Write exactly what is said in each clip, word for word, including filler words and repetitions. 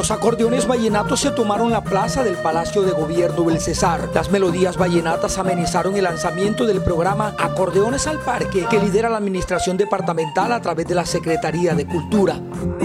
Los acordeones vallenatos se tomaron la plaza del Palacio de Gobierno del Cesar. Las melodías vallenatas amenizaron el lanzamiento del programa Acordeones al Parque, que lidera la administración departamental a través de la Secretaría de Cultura.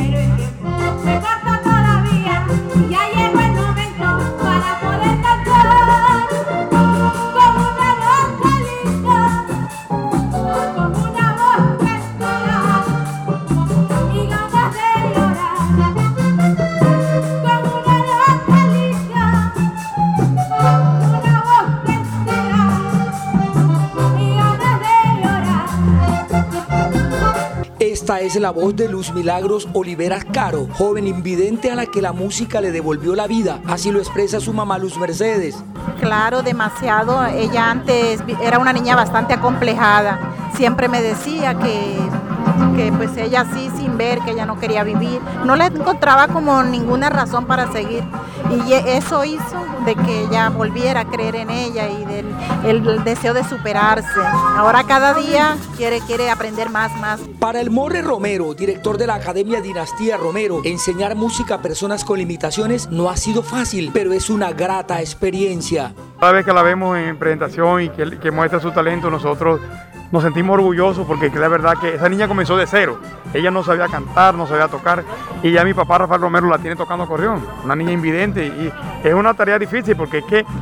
Esta es la voz de Luz Milagros Oliveras Caro, joven invidente a la que la música le devolvió la vida. Así lo expresa su mamá Luz Mercedes. Claro, demasiado. Ella antes era una niña bastante acomplejada. Siempre me decía que, que pues ella sí, sin ver, que ella no quería vivir. No le encontraba como ninguna razón para seguir. Y eso hizo de que ella volviera a creer en ella y del el, el deseo de superarse. Ahora cada día quiere, quiere aprender más, más. Para el Morre Romero, director de la Academia Dinastía Romero, enseñar música a personas con limitaciones no ha sido fácil, pero es una grata experiencia. Cada vez que la vemos en presentación y que, que muestra su talento, nosotros nos sentimos orgullosos porque es verdad que esa niña comenzó de cero. Ella no sabía cantar, no sabía tocar, y ya mi papá Rafael Romero la tiene tocando acordeón, una niña invidente, y es una tarea difícil porque es que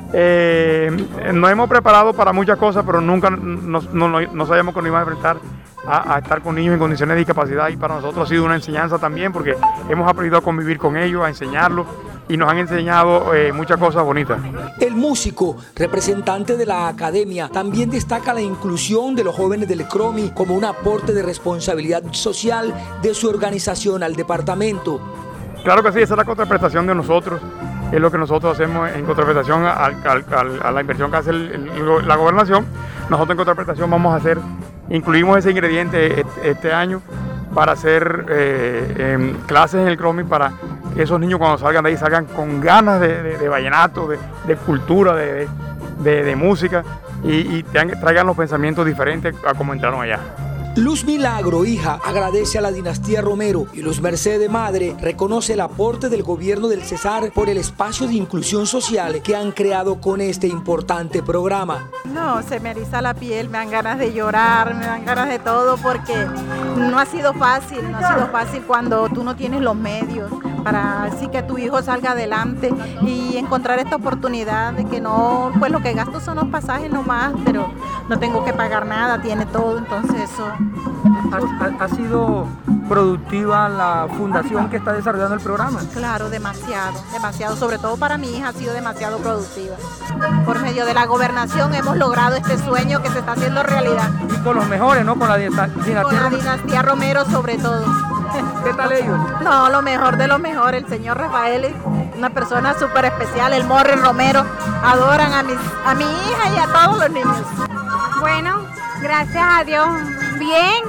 eh, nos hemos preparado para muchas cosas, pero nunca nos, no, no, no sabíamos que nos íbamos a enfrentar a, a estar con niños en condiciones de discapacidad, y para nosotros ha sido una enseñanza también porque hemos aprendido a convivir con ellos, a enseñarlos, y nos han enseñado eh, muchas cosas bonitas. El músico, representante de la academia, también destaca la inclusión de los jóvenes del CROMI como un aporte de responsabilidad social de su organización al departamento. Claro que sí, esa es la contraprestación de nosotros, es lo que nosotros hacemos en contraprestación a, a, a, a la inversión que hace el, el, la gobernación. Nosotros en contraprestación vamos a hacer, incluimos ese ingrediente este, este año para hacer eh, eh, clases en el CROMI para que esos niños cuando salgan de ahí salgan con ganas de, de, de vallenato, de, de cultura, de, de, de música, y, y traigan los pensamientos diferentes a como entraron allá. Luz Milagro, hija, agradece a la dinastía Romero, y Luz Mercedes, madre, reconoce el aporte del gobierno del Cesar por el espacio de inclusión social que han creado con este importante programa. No, se me eriza la piel, me dan ganas de llorar, me dan ganas de todo, porque no ha sido fácil, no ha sido fácil cuando tú no tienes los medios para así que tu hijo salga adelante, y encontrar esta oportunidad de que no, pues lo que gasto son los pasajes nomás, pero no tengo que pagar nada, tiene todo, entonces eso. ¿Ha, ha, ha sido productiva la fundación que está desarrollando el programa? Claro, demasiado, demasiado, sobre todo para mi hija ha sido demasiado productiva. Por medio de la gobernación hemos logrado este sueño que se está haciendo realidad. Y con los mejores, ¿no? Con la dinastía, con la dinastía Romero sobre todo. ¿Qué tal ellos? No, lo mejor de lo mejor. El señor Rafael es una persona súper especial. El Morre Romero adoran a, mis, a mi hija y a todos los niños. Bueno, gracias a Dios, bien.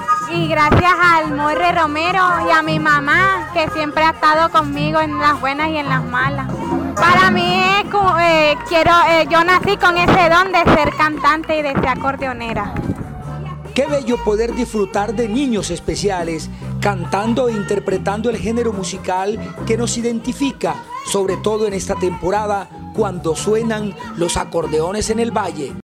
Y gracias al Morre Romero y a mi mamá, que siempre ha estado conmigo en las buenas y en las malas. Para mí es como, eh, quiero, eh, yo nací con ese don de ser cantante y de ser acordeonera. Qué bello poder disfrutar de niños especiales, cantando e interpretando el género musical que nos identifica, sobre todo en esta temporada, cuando suenan los acordeones en el valle.